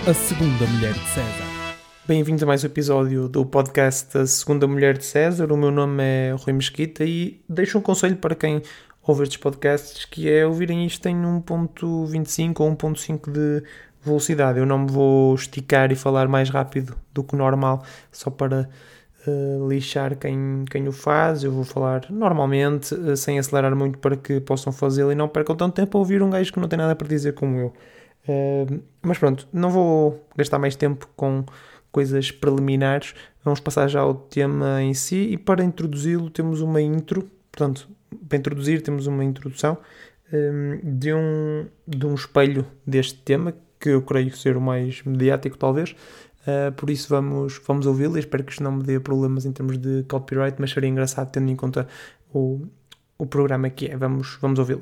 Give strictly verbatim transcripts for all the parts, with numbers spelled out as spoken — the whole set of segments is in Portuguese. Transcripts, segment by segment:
A Segunda Mulher de César. Bem-vindos a mais um episódio do podcast A Segunda Mulher de César. O meu nome é Rui Mesquita e deixo um conselho para quem ouve estes podcasts, que é ouvirem isto em um ponto vinte e cinco ou um ponto cinco de velocidade. Eu não me vou esticar e falar mais rápido do que o normal, só para uh, lixar quem, quem o faz. Eu vou falar normalmente, uh, sem acelerar muito, para que possam fazê-lo e não percam tanto tempo a ouvir um gajo que não tem nada para dizer como eu. Uh, mas pronto, não vou gastar mais tempo com coisas preliminares, vamos passar já ao tema em si e para introduzi-lo temos uma intro, portanto, para introduzir temos uma introdução um, de, um, de um espelho deste tema, que eu creio ser o mais mediático talvez, uh, por isso vamos, vamos ouvi-lo e espero que isto não me dê problemas em termos de copyright, mas seria engraçado tendo em conta o, o programa que é, vamos, vamos ouvi-lo.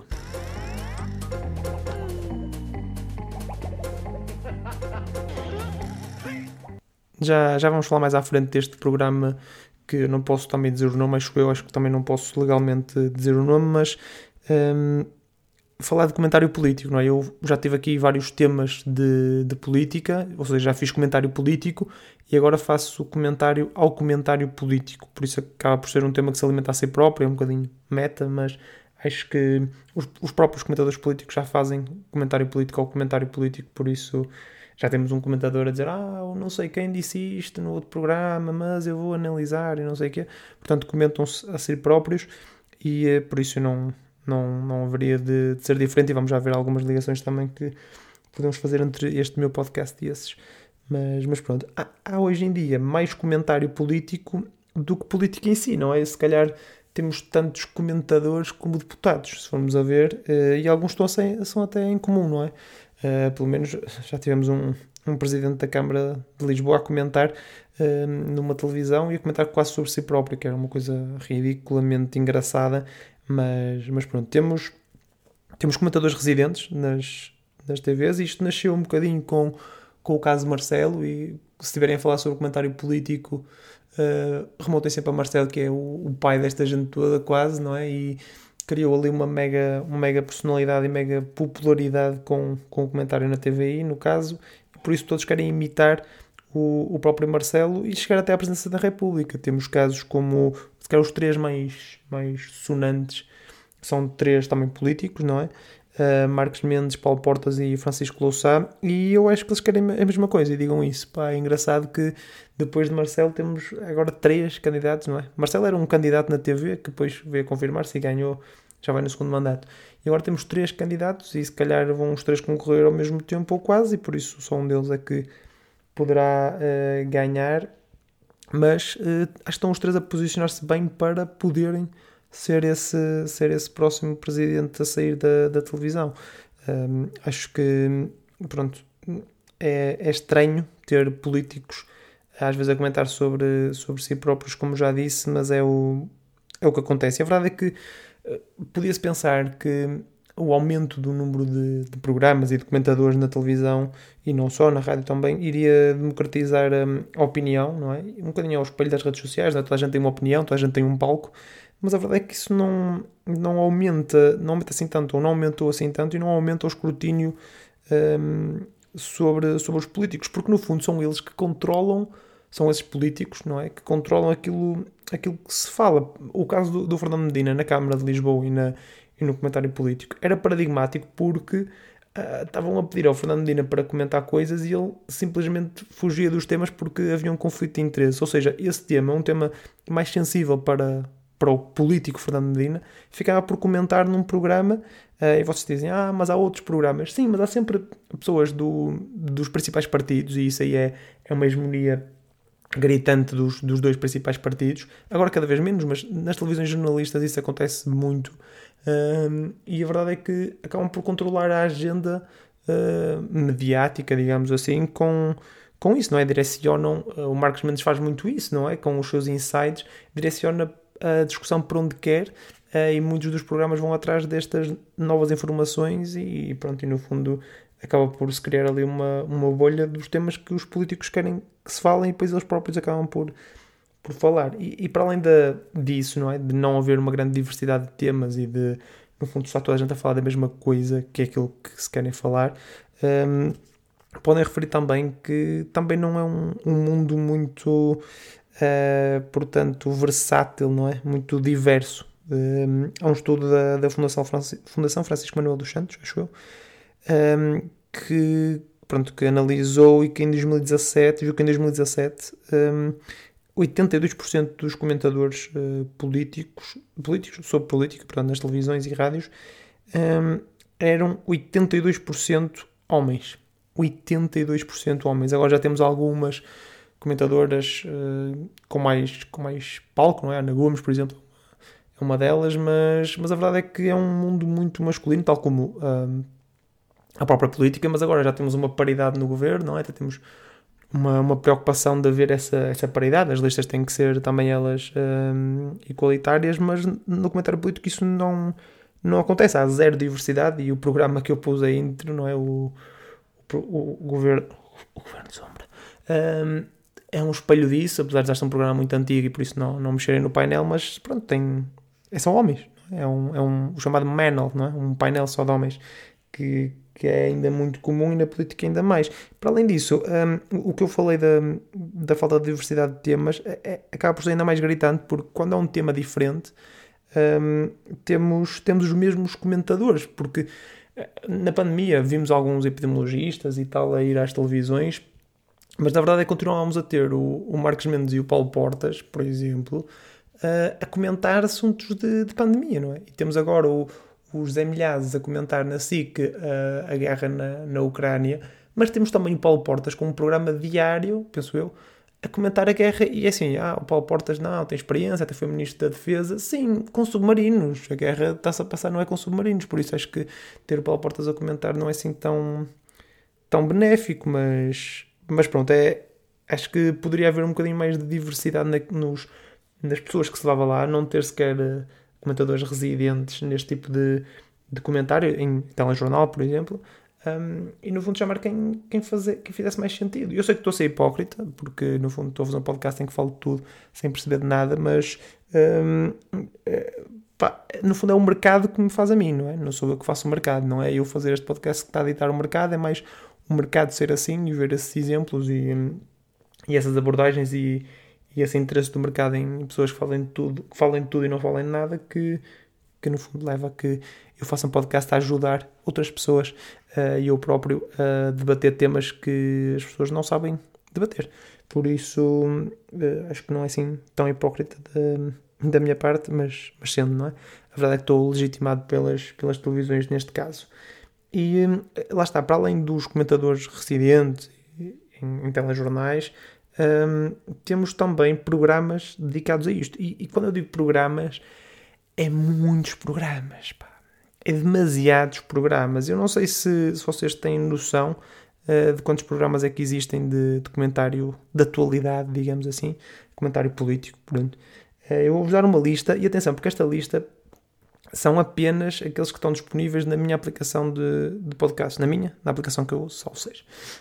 Já, já vamos falar mais à frente deste programa, que eu não posso também dizer o nome, acho que eu acho que também não posso legalmente dizer o nome, mas um, falar de comentário político, não é? Eu já tive aqui vários temas de, de política, ou seja, já fiz comentário político e agora faço comentário ao comentário político, por isso acaba por ser um tema que se alimenta a si próprio, é um bocadinho meta, mas acho que os, os próprios comentadores políticos já fazem comentário político ao comentário político, por isso já temos um comentador a dizer, ah, não sei quem disse isto no outro programa, mas eu vou analisar e não sei o quê. Portanto, comentam-se a si próprios e eh, por isso não, não, não haveria de, de ser diferente e vamos já ver algumas ligações também que podemos fazer entre este meu podcast e esses. Mas, mas pronto, há, há hoje em dia mais comentário político do que política em si, não é? Se calhar temos tantos comentadores como deputados, se formos a ver, eh, e alguns estão sem, são até em comum, não é? Uh, pelo menos já tivemos um, um presidente da Câmara de Lisboa a comentar uh, numa televisão e a comentar quase sobre si próprio, que era uma coisa ridiculamente engraçada, mas, mas pronto, temos, temos comentadores residentes nas, nas T Vs e isto nasceu um bocadinho com, com o caso de Marcelo e se estiverem a falar sobre o comentário político uh, remontem sempre a Marcelo, que é o, o pai desta gente toda quase, não é? E criou ali uma mega, uma mega personalidade e mega popularidade com, com o comentário na T V I, no caso, e por isso todos querem imitar o, o próprio Marcelo e chegar até à presidência da República. Temos casos como, se calhar os três mais, mais sonantes, são três também políticos, não é? Uh, Marcos Mendes, Paulo Portas e Francisco Louçã, e eu acho que eles querem a mesma coisa e digam isso. Pá, é engraçado que depois de Marcelo temos agora três candidatos, não é? Marcelo era um candidato na T V que depois veio a confirmar-se e ganhou, já vai no segundo mandato. E agora temos três candidatos e se calhar vão os três concorrer ao mesmo tempo ou quase, e por isso só um deles é que poderá uh, ganhar, mas uh, acho que estão os três a posicionar-se bem para poderem ser esse, ser esse próximo presidente a sair da, da televisão. Um, acho que, pronto, é, é estranho ter políticos às vezes a comentar sobre, sobre si próprios, como já disse, mas é o, é o que acontece. A verdade é que uh, podia-se pensar que o aumento do número de, de programas e de comentadores na televisão, e não só, na rádio também, iria democratizar a, a opinião, não é? Um bocadinho ao espelho das redes sociais, não é? Toda a gente tem uma opinião, toda a gente tem um palco, mas a verdade é que isso não, não aumenta, não aumenta assim tanto, ou não aumentou assim tanto, e não aumenta o escrutínio um, sobre, sobre os políticos, porque no fundo são eles que controlam, são esses políticos, não é? Que controlam aquilo, aquilo que se fala. O caso do, do Fernando Medina na Câmara de Lisboa e, na, e no comentário político era paradigmático porque uh, estavam a pedir ao Fernando Medina para comentar coisas e ele simplesmente fugia dos temas porque havia um conflito de interesse. Ou seja, esse tema é um tema mais sensível para... para o político Fernando Medina, ficava por comentar num programa uh, e vocês dizem, ah, mas há outros programas. Sim, mas há sempre pessoas do, dos principais partidos e isso aí é, é uma hegemonia gritante dos, dos dois principais partidos. Agora cada vez menos, mas nas televisões jornalistas isso acontece muito. Um, e a verdade é que acabam por controlar a agenda uh, mediática, digamos assim, com... com isso, não é? Direcionam, uh, o Marcos Mendes faz muito isso, não é? Com os seus insights, direciona a discussão por onde quer uh, e muitos dos programas vão atrás destas novas informações e pronto, e no fundo acaba por se criar ali uma, uma bolha dos temas que os políticos querem que se falem e depois eles próprios acabam por, por falar. E, e para além de, disso, não é? De não haver uma grande diversidade de temas e de, no fundo, só toda a gente a falar da mesma coisa que é aquilo que se querem falar, um, podem referir também que também não é um, um mundo muito, uh, portanto, versátil, não é? Muito diverso. Um, há um estudo da, da Fundação, Franci- Fundação Francisco Manuel dos Santos, acho eu, um, que, pronto, que analisou e que em dois mil e dezassete, viu que em dois mil e dezassete um, oitenta e dois por cento dos comentadores uh, políticos, políticos, sobre política, portanto, nas televisões e rádios, um, eram oitenta e dois por cento homens. oitenta e dois por cento homens. Agora já temos algumas comentadoras uh, com, mais, com mais palco, não é? Ana Gomes, por exemplo, é uma delas, mas, mas a verdade é que é um mundo muito masculino, tal como uh, a própria política, mas agora já temos uma paridade no governo, não é? Até temos uma, uma preocupação de haver essa, essa paridade. As listas têm que ser também elas um, igualitárias, mas no comentário político isso não, não acontece. Há zero diversidade e o programa que eu pus aí entre, não é? O, o, o, o governo o governo de sombra um, é um espelho disso, apesar de já ser um programa muito antigo e por isso não, não mexerem no painel, mas pronto, tem, são homens. É um, é um o chamado manel, não é? Um painel só de homens que que é ainda muito comum e na política ainda mais. Para além disso, um, o que eu falei da, da falta de diversidade de temas é, é, acaba por ser ainda mais gritante, porque quando há um tema diferente, um, temos, temos os mesmos comentadores, porque na pandemia vimos alguns epidemiologistas e tal a ir às televisões, mas na verdade é que continuámos a ter o, o Marcos Mendes e o Paulo Portas, por exemplo, a, a comentar assuntos de, de pandemia, não é? E temos agora o o José Milhazes a comentar na S I C uh, a guerra na, na Ucrânia, mas temos também o Paulo Portas com um programa diário, penso eu, a comentar a guerra, e é assim, ah, o Paulo Portas não, tem experiência, até foi Ministro da Defesa, sim, com submarinos, a guerra está-se a passar não é com submarinos, por isso acho que ter o Paulo Portas a comentar não é assim tão, tão benéfico, mas, mas pronto, é, acho que poderia haver um bocadinho mais de diversidade na, nos, nas pessoas que se leva lá, não ter sequer comentadores residentes neste tipo de, de comentário, em telejornal, por exemplo, um, e no fundo chamar quem, quem, fazer, quem fizesse mais sentido. Eu sei que estou a ser hipócrita, porque no fundo estou a fazer um podcast em que falo de tudo sem perceber de nada, mas um, pá, no fundo é o mercado que me faz a mim, não é? Não sou eu que faço o mercado, não é eu fazer este podcast que está a ditar o mercado, é mais o mercado ser assim e ver esses exemplos e, e essas abordagens e e esse interesse do mercado em pessoas que falem de tudo, que falem de tudo e não falem de nada, que, que no fundo leva a que eu faça um podcast a ajudar outras pessoas uh, e eu próprio a debater temas que as pessoas não sabem debater. Por isso, uh, acho que não é assim tão hipócrita da, da minha parte, mas, mas sendo, não é? A verdade é que estou legitimado pelas, pelas televisões neste caso. E uh, lá está, para além dos comentadores residentes em, em telejornais, Um, temos também programas dedicados a isto. E, e quando eu digo programas, é muitos programas, pá. É demasiados programas. Eu não sei se, se vocês têm noção uh, de quantos programas é que existem de, de comentário de atualidade, digamos assim, comentário político, pronto. Uh, eu vou-vos dar uma lista, e atenção, porque esta lista são apenas aqueles que estão disponíveis na minha aplicação de, de podcast, na minha, na aplicação que eu uso, salvo seja.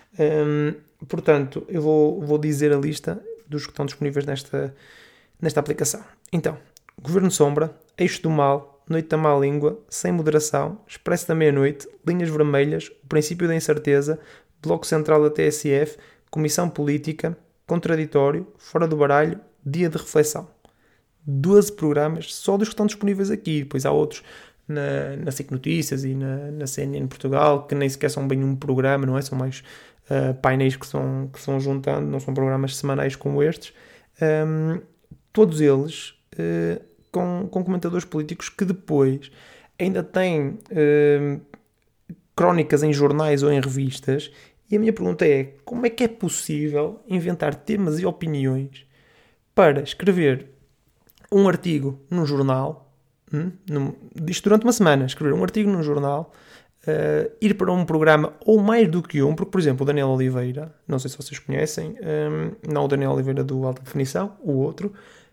Um, portanto, eu vou, vou dizer a lista dos que estão disponíveis nesta, nesta aplicação. Então, Governo Sombra, Eixo do Mal, Noite da Má Língua, Sem Moderação, Expresso da Meia-Noite, Linhas Vermelhas, O Princípio da Incerteza, Bloco Central da T S F, Comissão Política, Contraditório, Fora do Baralho, Dia de Reflexão. doze programas só dos que estão disponíveis aqui. Depois há outros na, na S I C Notícias e na, na C N N Portugal, que nem sequer são bem um programa, não é? São mais uh, painéis que são, que são juntando, não são programas semanais como estes. Um, todos eles uh, com, com comentadores políticos que depois ainda têm uh, crónicas em jornais ou em revistas. E a minha pergunta é, como é que é possível inventar temas e opiniões para escrever um artigo num jornal, hum, num, isto durante uma semana, escrever um artigo num jornal, uh, ir para um programa, ou mais do que um, porque, por exemplo, o Daniel Oliveira, não sei se vocês conhecem, um, não o Daniel Oliveira do Alta Definição, o outro,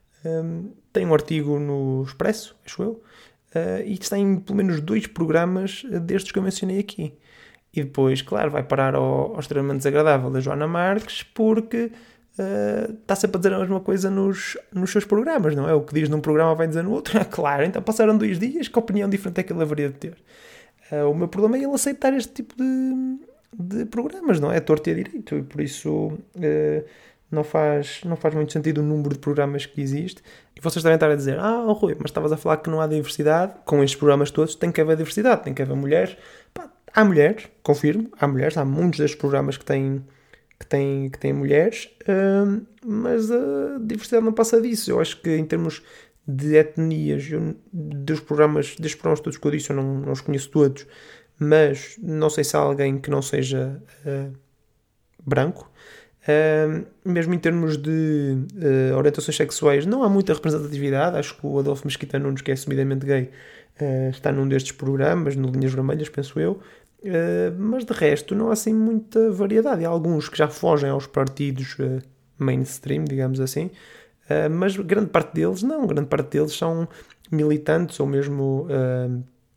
um, tem um artigo no Expresso, acho eu, uh, e está em pelo menos dois programas destes que eu mencionei aqui. E depois, claro, vai parar ao, ao extremamente desagradável da Joana Marques, porque Uh, está sempre a dizer a mesma coisa nos, nos seus programas, não é? O que diz num programa vai dizer no outro. Ah, claro, então passaram dois dias, que opinião diferente é que ele haveria de ter? Uh, o meu problema é ele aceitar este tipo de, de programas, não é? Torto e a direito, e por isso uh, não, faz, não faz muito sentido o número de programas que existe. E vocês devem estar a dizer, ah, oh, Rui, mas estavas a falar que não há diversidade, com estes programas todos tem que haver diversidade, tem que haver mulheres. Pá, há mulheres, confirmo, há mulheres, há muitos destes programas que têm, que têm, que têm mulheres, uh, mas a diversidade não passa disso. Eu acho que em termos de etnias, eu, dos programas, destes programas todos que eu disse, eu não, não os conheço todos, mas não sei se há alguém que não seja uh, branco. Uh, mesmo em termos de uh, orientações sexuais, não há muita representatividade. Acho que o Adolfo Mesquita Nunes, que é assumidamente gay, uh, está num destes programas, no Linhas Vermelhas, penso eu. Uh, mas de resto, não há assim muita variedade. Há alguns que já fogem aos partidos uh, mainstream, digamos assim. Uh, mas grande parte deles, não, grande parte deles são militantes ou mesmo, uh,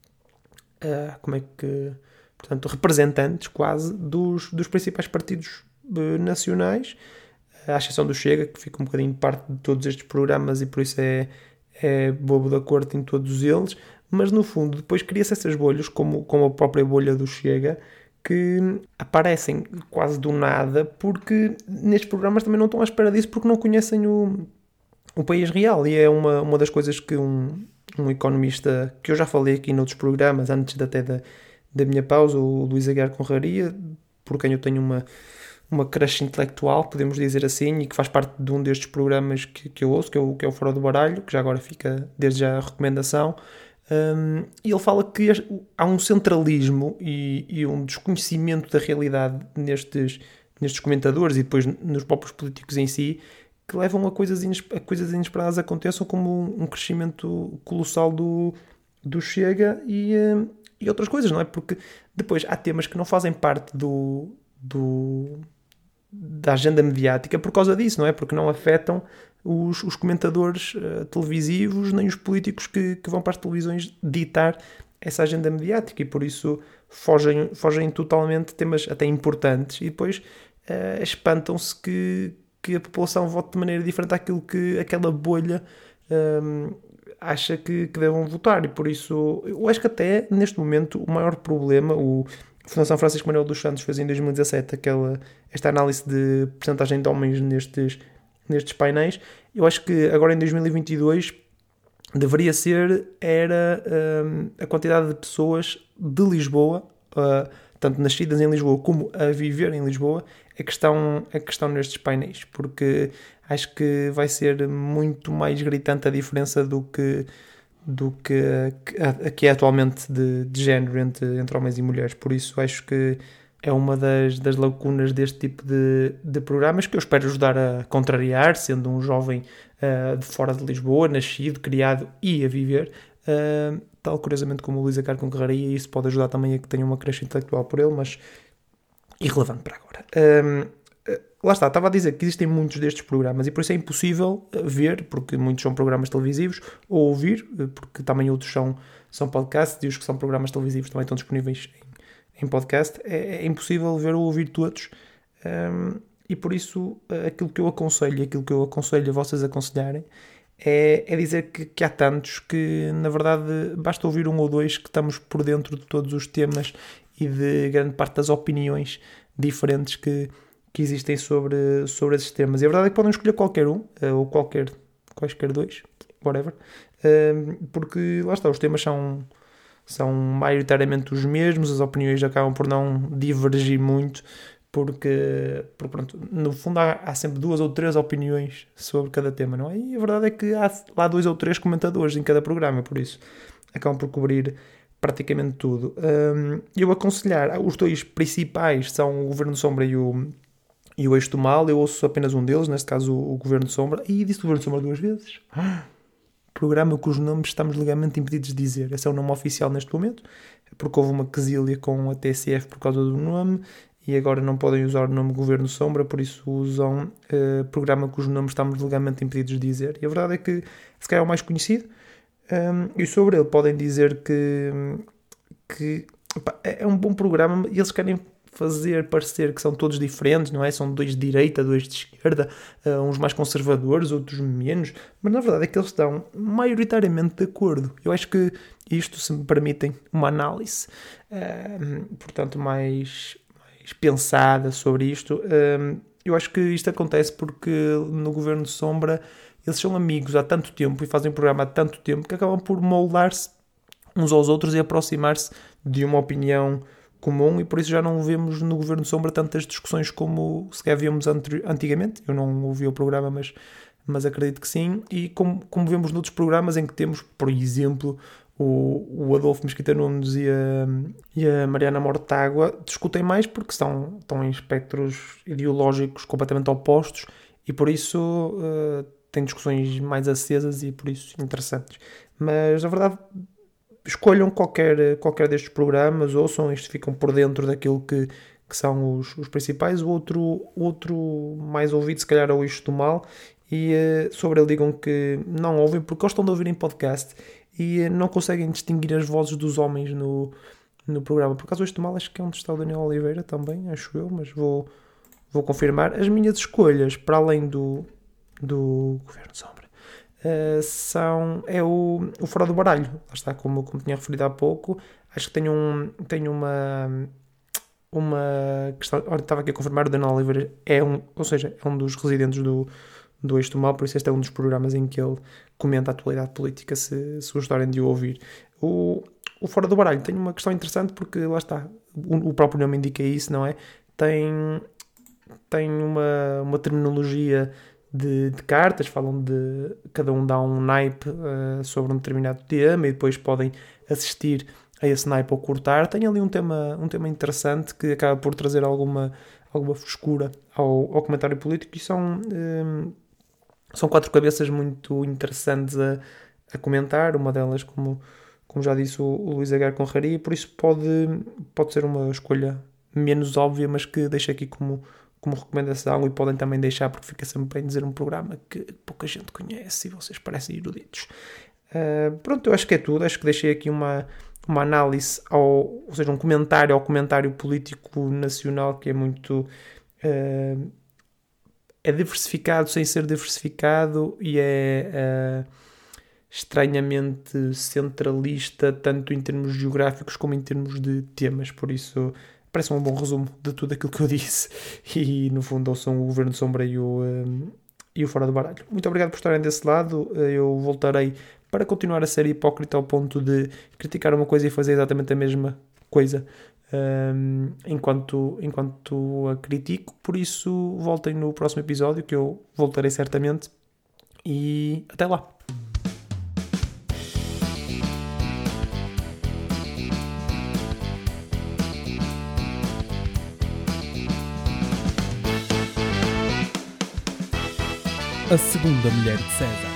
uh, como é que, portanto, representantes quase dos, dos principais partidos uh, nacionais, à exceção do Chega, que fica um bocadinho parte de todos estes programas e por isso é, é bobo da corte em todos eles, mas no fundo depois cria-se essas bolhas, como, como a própria bolha do Chega, que aparecem quase do nada, porque nestes programas também não estão à espera disso, porque não conhecem o, o país real. E é uma, uma das coisas que um, um economista, que eu já falei aqui noutros programas, antes até da, da minha pausa, o Luís Aguiar Conraria, por quem eu tenho uma, uma crush intelectual, podemos dizer assim, e que faz parte de um destes programas que, que eu ouço, que é, o, que é o Fora do Baralho, que já agora fica desde já a recomendação. Um, e ele fala que há um centralismo e, e um desconhecimento da realidade nestes, nestes comentadores e depois nos próprios políticos em si, que levam a coisas, inesper- a coisas inesperadas aconteçam, como um crescimento colossal do, do Chega e, um, e outras coisas, não é? Porque depois há temas que não fazem parte do, do, da agenda mediática por causa disso, não é? Porque não afetam Os, os comentadores uh, televisivos nem os políticos que, que vão para as televisões ditar essa agenda mediática e por isso fogem, fogem totalmente temas até importantes e depois uh, espantam-se que, que a população vote de maneira diferente daquilo que aquela bolha um, acha que, que devam votar e por isso eu acho que até neste momento o maior problema, o a Fundação Francisco Manuel dos Santos fez em dois mil e dezassete aquela, esta análise de percentagem de homens nestes nestes painéis, eu acho que agora em dois mil e vinte e dois deveria ser era um, a quantidade de pessoas de Lisboa, uh, tanto nascidas em Lisboa como a viver em Lisboa, é que estão, é que estão nestes painéis, porque acho que vai ser muito mais gritante a diferença do que, do que a, a, que é atualmente de, de género entre, entre homens e mulheres, por isso acho que é uma das, das lacunas deste tipo de, de programas que eu espero ajudar a contrariar, sendo um jovem uh, de fora de Lisboa, nascido, criado e a viver, uh, tal curiosamente como o Luís Aguiar Conraria, e isso pode ajudar também a que tenha uma crescente intelectual por ele, mas irrelevante para agora. Um, uh, lá está, estava a dizer que existem muitos destes programas e por isso é impossível ver, porque muitos são programas televisivos, ou ouvir, porque também outros são, são podcasts e os que são programas televisivos também estão disponíveis em em podcast, é, é impossível ver ou ouvir todos um, e por isso aquilo que eu aconselho aquilo que eu aconselho a vocês aconselharem é, é dizer que, que há tantos que na verdade basta ouvir um ou dois que estamos por dentro de todos os temas e de grande parte das opiniões diferentes que, que existem sobre, sobre esses temas, e a verdade é que podem escolher qualquer um ou qualquer, quaisquer dois, whatever, um, porque lá está, os temas são são maioritariamente os mesmos, as opiniões acabam por não divergir muito, porque, porque pronto, no fundo há, há sempre duas ou três opiniões sobre cada tema, não é? E a verdade é que há lá dois ou três comentadores em cada programa, por isso acabam por cobrir praticamente tudo. Um, eu aconselhar, os dois principais são o Governo Sombra e o, e o Eixo do Mal, eu ouço apenas um deles, neste caso o, o Governo Sombra, e disse o Governo Sombra duas vezes. Programa cujo nome estamos legalmente impedidos de dizer. Esse é o nome oficial neste momento, porque houve uma quesilha com a T S F por causa do nome e agora não podem usar o nome Governo Sombra, por isso usam uh, programa cujo nome estamos legalmente impedidos de dizer. E a verdade é que se calhar é o mais conhecido, um, e sobre ele podem dizer que, que pá, é um bom programa e eles querem fazer parecer que são todos diferentes, não é? São dois de direita, dois de esquerda, uh, uns mais conservadores, outros menos, mas na verdade é que eles estão maioritariamente de acordo. Eu acho que isto, se me permitem uma análise, uh, portanto, mais, pensada sobre isto. Um, eu acho que isto acontece porque no Governo de Sombra eles são amigos há tanto tempo e fazem programa há tanto tempo que acabam por moldar-se uns aos outros e aproximar-se de uma opinião comum, e por isso já não vemos no Governo de Sombra tantas discussões como se calhar víamos antigamente. Eu não ouvi o programa, mas, mas acredito que sim, e como, como vemos noutros programas em que temos, por exemplo, o, o Adolfo Mesquita Nunes e a, e a Mariana Mortágua discutem mais porque estão, estão em espectros ideológicos completamente opostos e por isso uh, têm discussões mais acesas e por isso interessantes. Mas na verdade escolham qualquer, qualquer destes programas, ouçam, estes ficam por dentro daquilo que, que são os, os principais. O outro, outro mais ouvido, se calhar, é o Isto do Mal, e uh, sobre ele digam que não ouvem porque gostam de ouvir em podcast e uh, não conseguem distinguir as vozes dos homens no, no programa. Por acaso, o Isto do Mal acho que é onde está o Daniel Oliveira também, acho eu, mas vou, vou confirmar. As minhas escolhas, para além do, do Governo de Sombra, Uh, são, é o, o Fora do Baralho. Lá está, como, como tinha referido há pouco. Acho que tenho, um, tenho uma uma questão. Ora, estava aqui a confirmar, o Daniel Oliveira é um, ou seja, é um dos residentes do, do Eixo do Mal, por isso este é um dos programas em que ele comenta a atualidade política, se, se gostarem de o ouvir. O, o Fora do Baralho tem uma questão interessante porque, lá está, o, o próprio nome indica isso, não é? Tem, tem uma, uma terminologia De, de cartas, falam de cada um dá um naipe uh, sobre um determinado tema e depois podem assistir a esse naipe ou cortar. Tem ali um tema, um tema interessante que acaba por trazer alguma, alguma frescura ao, ao comentário político e são, um, são quatro cabeças muito interessantes a, a comentar, uma delas, como, como já disse, o, o Luís Aguiar Conraria, por isso pode, pode ser uma escolha menos óbvia, mas que deixa aqui como como recomendação, e podem também deixar porque fica sempre bem dizer um programa que pouca gente conhece e vocês parecem eruditos. Uh, pronto, eu acho que é tudo. Acho que deixei aqui uma, uma análise, ao, ou seja, um comentário ao comentário político nacional que é muito uh, é diversificado sem ser diversificado e é uh, estranhamente centralista, tanto em termos geográficos como em termos de temas. Por isso parece um bom resumo de tudo aquilo que eu disse e no fundo ouçam o Governo de Sombra e o, um, e o Fora do Baralho. Muito obrigado por estarem desse lado. Eu voltarei para continuar a ser hipócrita ao ponto de criticar uma coisa e fazer exatamente a mesma coisa um, enquanto, enquanto a critico. Por isso voltem no próximo episódio que eu voltarei certamente e até lá. A segunda mulher de César.